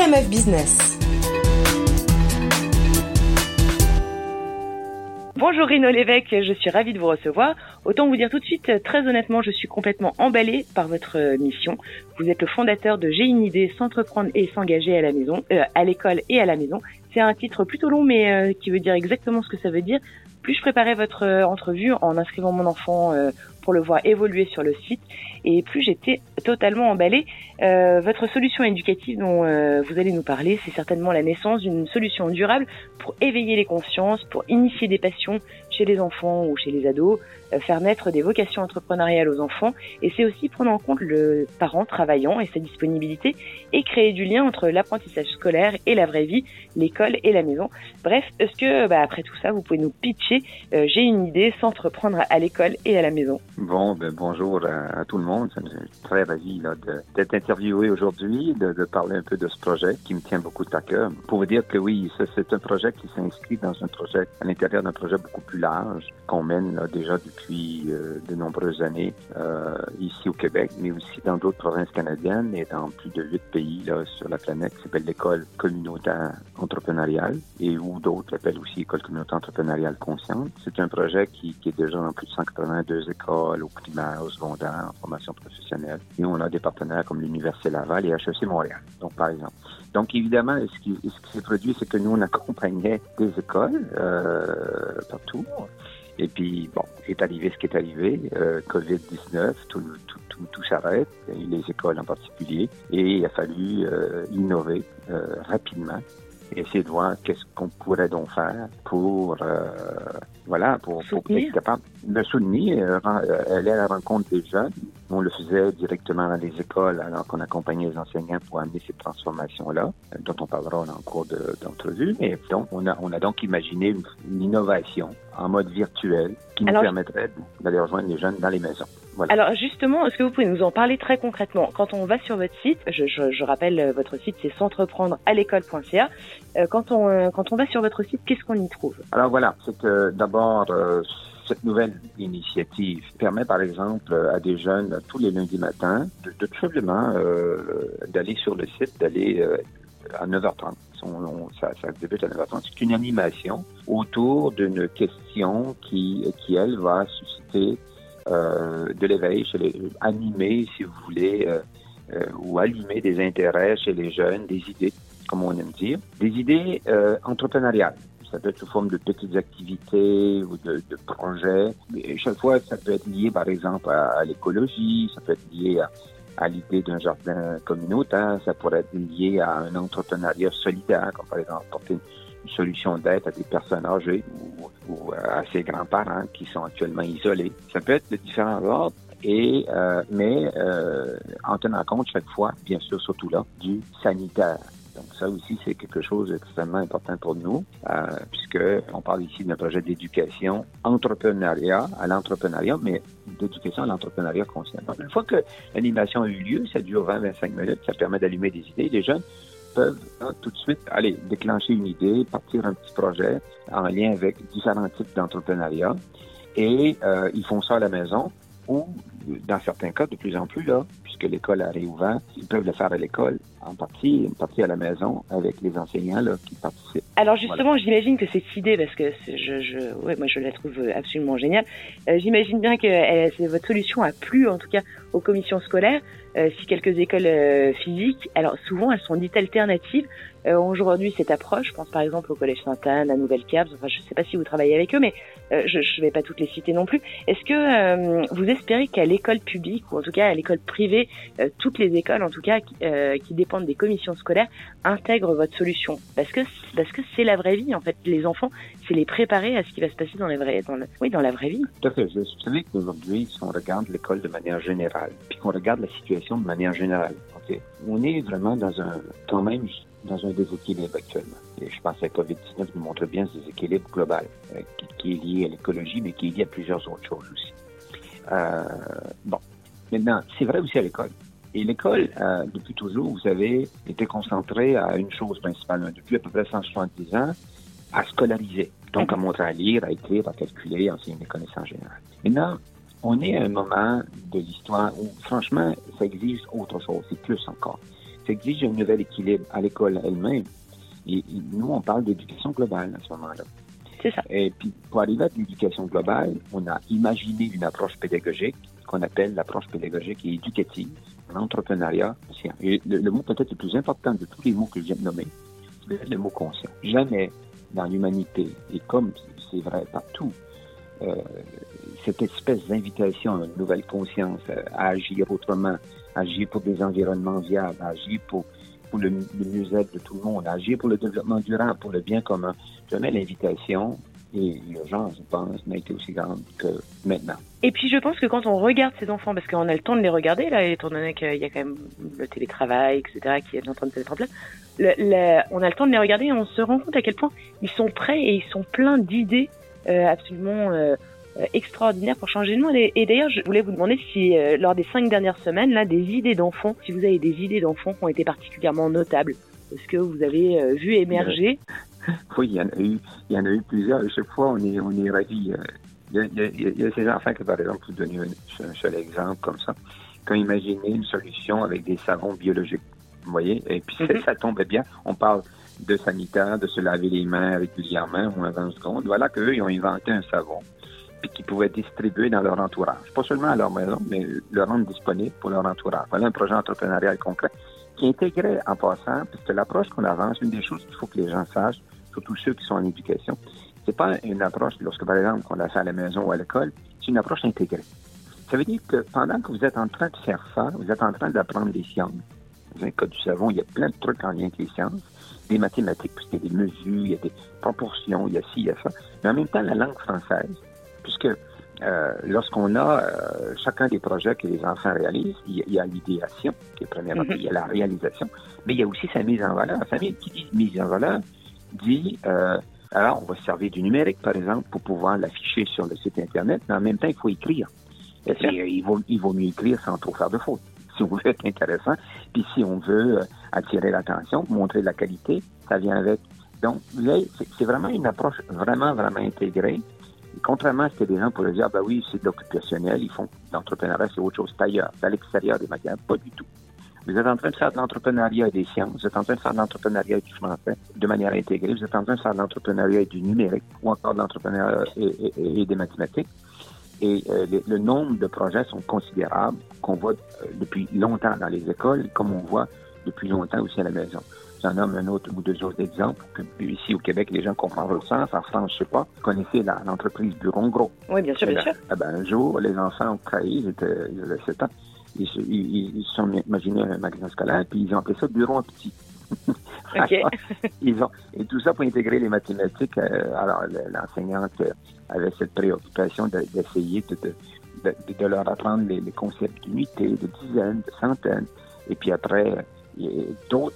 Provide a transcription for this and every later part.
PMF Business. Bonjour Rino Lévesque, je suis ravie de vous recevoir. Autant vous dire tout de suite, très honnêtement, je suis complètement emballée par votre mission. Vous êtes le fondateur de J'ai une idée, s'entreprendre et s'engager à la maison, à l'école et à la maison. C'est un titre plutôt long, mais qui veut dire exactement ce que ça veut dire. Plus je préparais votre entrevue en inscrivant mon enfant pour le voir évoluer sur le site, et plus j'étais totalement emballée. Votre solution éducative dont vous allez nous parler, c'est certainement la naissance d'une solution durable pour éveiller les consciences, pour initier des passions chez les enfants ou chez les ados, faire naître des vocations entrepreneuriales aux enfants, et c'est aussi prendre en compte le parent travaillant et sa disponibilité, et créer du lien entre l'apprentissage scolaire et la vraie vie, l'école et la maison. Bref, est-ce que après tout ça, vous pouvez nous pitcher J'ai une idée, s'entreprendre à l'école et à la maison? Bonjour à tout le monde. Je suis très ravi d'être interviewé aujourd'hui, de parler un peu de ce projet qui me tient beaucoup à cœur. Pour vous dire que oui, c'est un projet qui s'inscrit dans un projet, à l'intérieur d'un projet beaucoup plus large qu'on mène déjà depuis de nombreuses années ici au Québec, mais aussi dans d'autres provinces canadiennes et dans plus de 8 pays sur la planète, qui s'appelle l'école communautaire entrepreneuriale, et où d'autres appellent aussi école communautaire entrepreneuriale consciente. C'est un projet qui est déjà dans plus de 182 écoles, au primaire, au secondaire, en formation professionnelle. Et on a des partenaires comme l'Université Laval et HEC Montréal, donc par exemple. Donc évidemment, ce qui s'est produit, c'est que nous, on accompagnait des écoles partout. Et puis, est arrivé ce qui est arrivé, COVID-19, tout s'arrête, les écoles en particulier, et il a fallu innover rapidement et essayer de voir qu'est-ce qu'on pourrait donc faire pour être capable de soutenir, aller à la rencontre des jeunes. On le faisait directement dans les écoles alors qu'on accompagnait les enseignants pour amener ces transformations-là, dont on parlera en cours d'entrevue. Mais donc, on a donc imaginé une innovation en mode virtuel qui nous permettrait d'aller rejoindre les jeunes dans les maisons. Voilà. Alors justement, est-ce que vous pouvez nous en parler très concrètement? Quand on va sur votre site, je rappelle, votre site c'est s'entreprendre-à-l'école.ca. Quand on va sur votre site, qu'est-ce qu'on y trouve? Alors voilà, c'est que d'abord, cette nouvelle initiative permet par exemple à des jeunes tous les lundis matins de tout simplement d'aller sur le site, d'aller à 9h30. Ça débute à 9h30. C'est une animation autour d'une question qui elle, va susciter de l'éveil, animer, si vous voulez, ou allumer des intérêts chez les jeunes, des idées, comme on aime dire, des idées entrepreneuriales. Ça peut être sous forme de petites activités ou de projets. Et chaque fois, ça peut être lié, par exemple, à l'écologie, ça peut être lié à l'idée d'un jardin communautaire, ça pourrait être lié à un entrepreneuriat solidaire, comme par exemple porter une solution d'aide à des personnes âgées ou à ses grands-parents qui sont actuellement isolés. Ça peut être de différents ordres, mais en tenant compte chaque fois, bien sûr, surtout là, du sanitaire. Donc ça aussi, c'est quelque chose d'extrêmement important pour nous, puisque on parle ici d'un projet d'éducation à l'entrepreneuriat, mais d'éducation à l'entrepreneuriat conscient. Donc, une fois que l'animation a eu lieu, ça dure 20-25 minutes, ça permet d'allumer des idées. Les jeunes peuvent tout de suite aller déclencher une idée, partir un petit projet en lien avec différents types d'entrepreneuriat, et ils font ça à la maison, ou dans certains cas, de plus en plus, puisque l'école a réouvert, ils peuvent le faire à l'école, une partie à la maison, avec les enseignants qui participent. Alors justement, voilà. J'imagine que cette idée, parce que moi je la trouve absolument géniale, j'imagine bien que votre solution a plu, en tout cas, aux commissions scolaires. Si quelques écoles physiques, alors souvent elles sont dites alternatives, ont aujourd'hui cette approche. Je pense par exemple au Collège Sainte-Anne, à Nouvelle-Cap. Enfin, je ne sais pas si vous travaillez avec eux, mais je ne vais pas toutes les citer non plus. Est-ce que vous espérez qu'à l'école publique, ou en tout cas à l'école privée, toutes les écoles en tout cas qui dépendent des commissions scolaires intègrent votre solution? Parce que c'est la vraie vie en fait. Les enfants, c'est les préparer à ce qui va se passer dans la vraie vie. Tout à fait. Vous savez qu'aujourd'hui, si on regarde l'école de manière générale, puis qu'on regarde la situation de manière générale, on est vraiment dans un déséquilibre actuellement. Et je pense que la COVID-19 nous montre bien ce déséquilibre global qui est lié à l'écologie, mais qui est lié à plusieurs autres choses aussi. Maintenant, c'est vrai aussi à l'école. Et l'école, depuis toujours, vous avez été concentrée à une chose principalement, depuis à peu près 170 ans, à scolariser. Donc, à montrer à lire, à écrire, à calculer, à enseigner les connaissances générales. Maintenant, on est à un moment de l'histoire où, franchement, ça exige autre chose, c'est plus encore. Ça exige un nouvel équilibre à l'école elle-même. Et nous, on parle d'éducation globale à ce moment-là. C'est ça. Et puis, pour arriver à l'éducation globale, on a imaginé une approche pédagogique qu'on appelle l'approche pédagogique et éducative, l'entrepreneuriat conscient. Et le mot peut-être le plus important de tous les mots que je viens de nommer, c'est le mot conscient. Jamais dans l'humanité, et comme c'est vrai partout, cette espèce d'invitation à une nouvelle conscience, à agir autrement, agir pour des environnements viables, agir pour le mieux-être de tout le monde, agir pour le développement durable, pour le bien commun. Jamais l'invitation et l'urgence, je pense, n'a été aussi grande que maintenant. Et puis je pense que quand on regarde ces enfants, parce qu'on a le temps de les regarder, là, étant donné qu'il y a quand même le télétravail, etc., qui est en train de se mettre en place, on a le temps de les regarder et on se rend compte à quel point ils sont prêts et ils sont pleins d'idées absolument extraordinaires pour changer le monde. Et d'ailleurs, je voulais vous demander si, lors des 5 dernières semaines, là, des idées d'enfants, si vous avez des idées d'enfants qui ont été particulièrement notables, est-ce que vous avez vu émerger? Oui, il y en a eu plusieurs. À chaque fois, on est ravis. Il y a ces enfants que, par exemple, pour donner un seul exemple comme ça, qui ont imaginé une solution avec des savons biologiques. Vous voyez? Et puis, ça tombait bien. On parle de sanitaire, de se laver les mains régulièrement, moins 20 secondes. Voilà qu'eux, ils ont inventé un savon puis qu'ils pouvaient distribuer dans leur entourage. Pas seulement à leur maison, mais le rendre disponible pour leur entourage. Voilà un projet entrepreneurial concret qui intégrait en passant, parce que l'approche qu'on avance, une des choses qu'il faut que les gens sachent, surtout ceux qui sont en éducation, c'est pas une approche, lorsque par exemple on la fait à la maison ou à l'école, c'est une approche intégrée. Ça veut dire que pendant que vous êtes en train de faire ça, vous êtes en train d'apprendre des sciences. Dans le cas du savon, il y a plein de trucs en lien avec les sciences, des mathématiques, puisqu'il y a des mesures, il y a des proportions, il y a ci, il y a ça. Mais en même temps, la langue française, puisque lorsqu'on a chacun des projets que les enfants réalisent, il y a l'idéation, qui est premièrement, il y a la réalisation, mais il y a aussi sa mise en valeur. Sa famille qui dit mise en valeur dit, alors on va se servir du numérique, par exemple, pour pouvoir l'afficher sur le site Internet, mais en même temps, il faut écrire. Et il vaut mieux écrire sans trop faire de fautes, si on veut être intéressant. Puis si on veut attirer l'attention, montrer de la qualité, ça vient avec. Donc, c'est vraiment une approche vraiment, vraiment intégrée. Et contrairement à ce que des gens pourraient dire, ben oui, c'est de l'occupationnel, ils font l'entrepreneuriat, c'est autre chose, c'est ailleurs, c'est à l'extérieur des matières. Pas du tout. Vous êtes en train de faire de l'entrepreneuriat et des sciences, vous êtes en train de faire de l'entrepreneuriat et du français de manière intégrée, vous êtes en train de faire de l'entrepreneuriat et du numérique, ou encore de l'entrepreneuriat et des mathématiques. Et le nombre de projets sont considérables, qu'on voit depuis longtemps dans les écoles, comme on voit depuis longtemps aussi à la maison. J'en nomme un autre ou deux autres exemples. Que ici au Québec, les gens comprennent le sens. En France, je sais pas. Vous connaissez l'entreprise Bureau Gros. Oui, bien sûr, bien sûr. Un jour, les enfants ont trahi, ils avaient 7 ans. Ils se sont imaginés un magasin scolaire, puis ils ont appelé ça Bureau en petit. Okay. Et tout ça pour intégrer les mathématiques. Alors, l'enseignante avait cette préoccupation d'essayer de leur apprendre les concepts d'unité, de dizaines, de centaines. Et puis après, il y a d'autres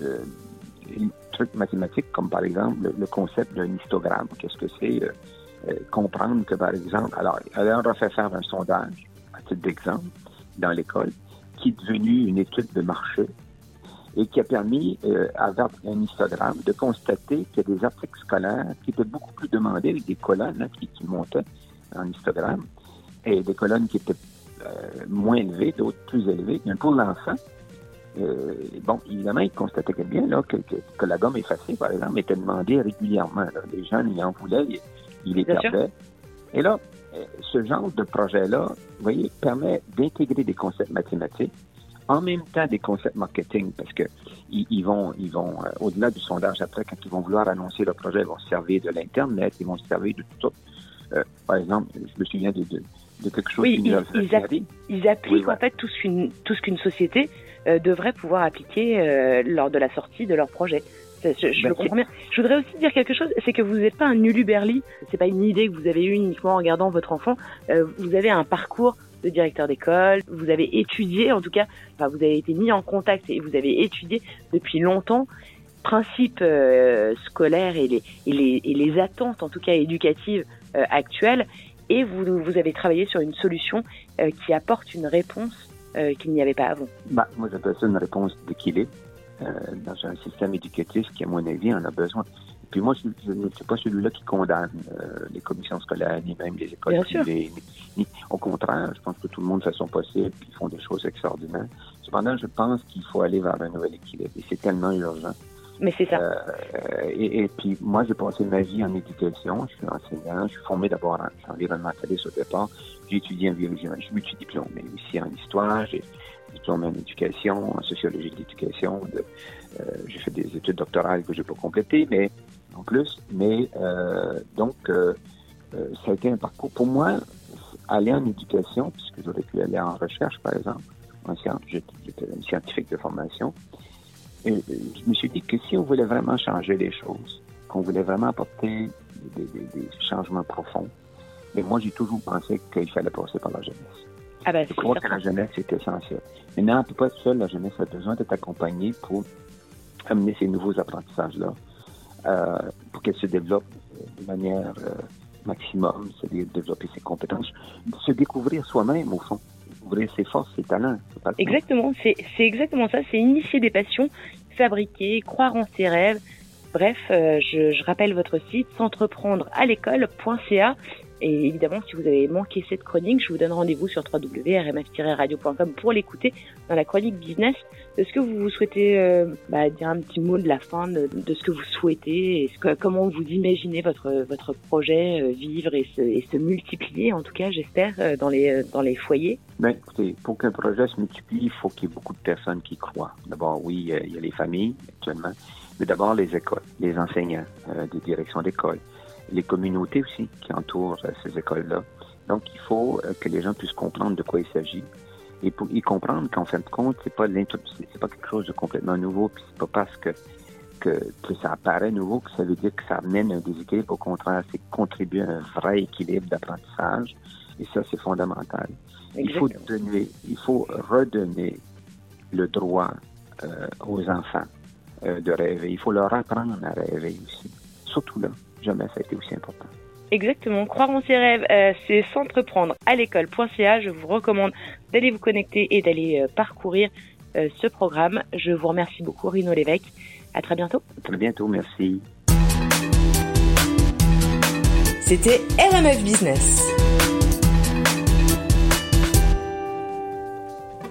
trucs mathématiques, comme par exemple le concept d'un histogramme. Qu'est-ce que c'est? Comprendre que, par exemple, alors on a fait faire un sondage, à titre d'exemple, dans l'école, qui est devenu une étude de marché et qui a permis, avec un histogramme, de constater qu'il y a des articles scolaires qui étaient beaucoup plus demandés avec des colonnes qui montaient en histogramme et des colonnes qui étaient moins élevées, d'autres plus élevées. Mais pour l'enfant, évidemment, il constatait bien là, que la gomme effacée, par exemple, était demandée régulièrement. Là. Les jeunes, ils en voulaient, ils les perdaient. Et là, ce genre de projet-là, vous voyez, permet d'intégrer des concepts mathématiques, en même temps des concepts marketing, parce que ils vont au-delà du sondage après, quand ils vont vouloir annoncer le projet, ils vont se servir de l'Internet, ils vont se servir de tout ça. Par exemple, je me souviens de quelque chose qu'ils ils appliquent en fait tout ce qu'une société devrait pouvoir appliquer lors de la sortie de leur projet. Je le comprends bien. Je voudrais aussi dire quelque chose, c'est que vous n'êtes pas un uluberli, c'est pas une idée que vous avez eue uniquement en regardant votre enfant. Vous avez un parcours de directeur d'école, vous avez étudié, en tout cas, vous avez été mis en contact et vous avez étudié depuis longtemps principes scolaires et les attentes, en tout cas éducatives actuelles, et vous avez travaillé sur une solution qui apporte une réponse qu'il n'y avait pas avant. Moi, j'appelle ça une réponse d'équilibre dans un système éducatif qui, à mon avis, en a besoin. Puis moi, je ne suis pas celui-là qui condamne les commissions scolaires, ni même les écoles privées. Au contraire, je pense que tout le monde fait son possible, puis ils font des choses extraordinaires. Cependant, je pense qu'il faut aller vers un nouvel équilibre, et c'est tellement urgent. Mais c'est ça. Et puis, moi, j'ai passé ma vie en éducation. Je suis enseignant. Je suis formé d'abord en environnementaliste au départ. J'ai étudié en biologie. Je suis multidiplômé aussi en histoire. J'ai diplômé en éducation, en sociologie de l'éducation. J'ai fait des études doctorales que j'ai pas complétées, mais en plus. Mais donc, ça a été un parcours. Pour moi, aller en éducation, puisque j'aurais pu aller en recherche, par exemple. J'étais un scientifique de formation. Et je me suis dit que si on voulait vraiment changer les choses, qu'on voulait vraiment apporter des changements profonds, mais moi, j'ai toujours pensé qu'il fallait passer par la jeunesse. Je crois que la jeunesse est essentielle. Maintenant, on ne peut pas être seul. La jeunesse a besoin d'être accompagnée pour amener ces nouveaux apprentissages-là, pour qu'elle se développe de manière maximum, c'est-à-dire développer ses compétences, se découvrir soi-même, au fond. Ouvrir ses forces, ses talents. Exactement, c'est exactement ça, c'est initier des passions, fabriquer, croire en ses rêves. Bref, je rappelle votre site, s'entreprendre-à-l'école.ca. Et évidemment, si vous avez manqué cette chronique, je vous donne rendez-vous sur www.rmf-radio.com pour l'écouter dans la chronique business. Est-ce que vous souhaitez dire un petit mot de la fin de ce que vous souhaitez, comment vous imaginez votre projet vivre et se multiplier, en tout cas, j'espère, dans les foyers? Écoutez, pour qu'un projet se multiplie, il faut qu'il y ait beaucoup de personnes qui croient. D'abord, oui, il y a les familles actuellement, mais d'abord les écoles, les enseignants, des directions d'école, les communautés aussi qui entourent ces écoles-là. Donc, il faut que les gens puissent comprendre de quoi il s'agit et pour y comprendre qu'en fin de compte, c'est pas quelque chose de complètement nouveau, puis c'est pas parce que ça apparaît nouveau que ça veut dire que ça amène un déséquilibre. Au contraire, c'est contribuer à un vrai équilibre d'apprentissage et ça, c'est fondamental. Exactement. Il faut redonner le droit aux enfants de rêver. Il faut leur apprendre à rêver aussi. Surtout là. Jamais ça a été aussi important. Exactement. Croire en ses rêves, c'est s'entreprendre à l'école.ca. Je vous recommande d'aller vous connecter et d'aller parcourir ce programme. Je vous remercie beaucoup, Rino Lévesque. À très bientôt. À très bientôt, merci. C'était RMF Business.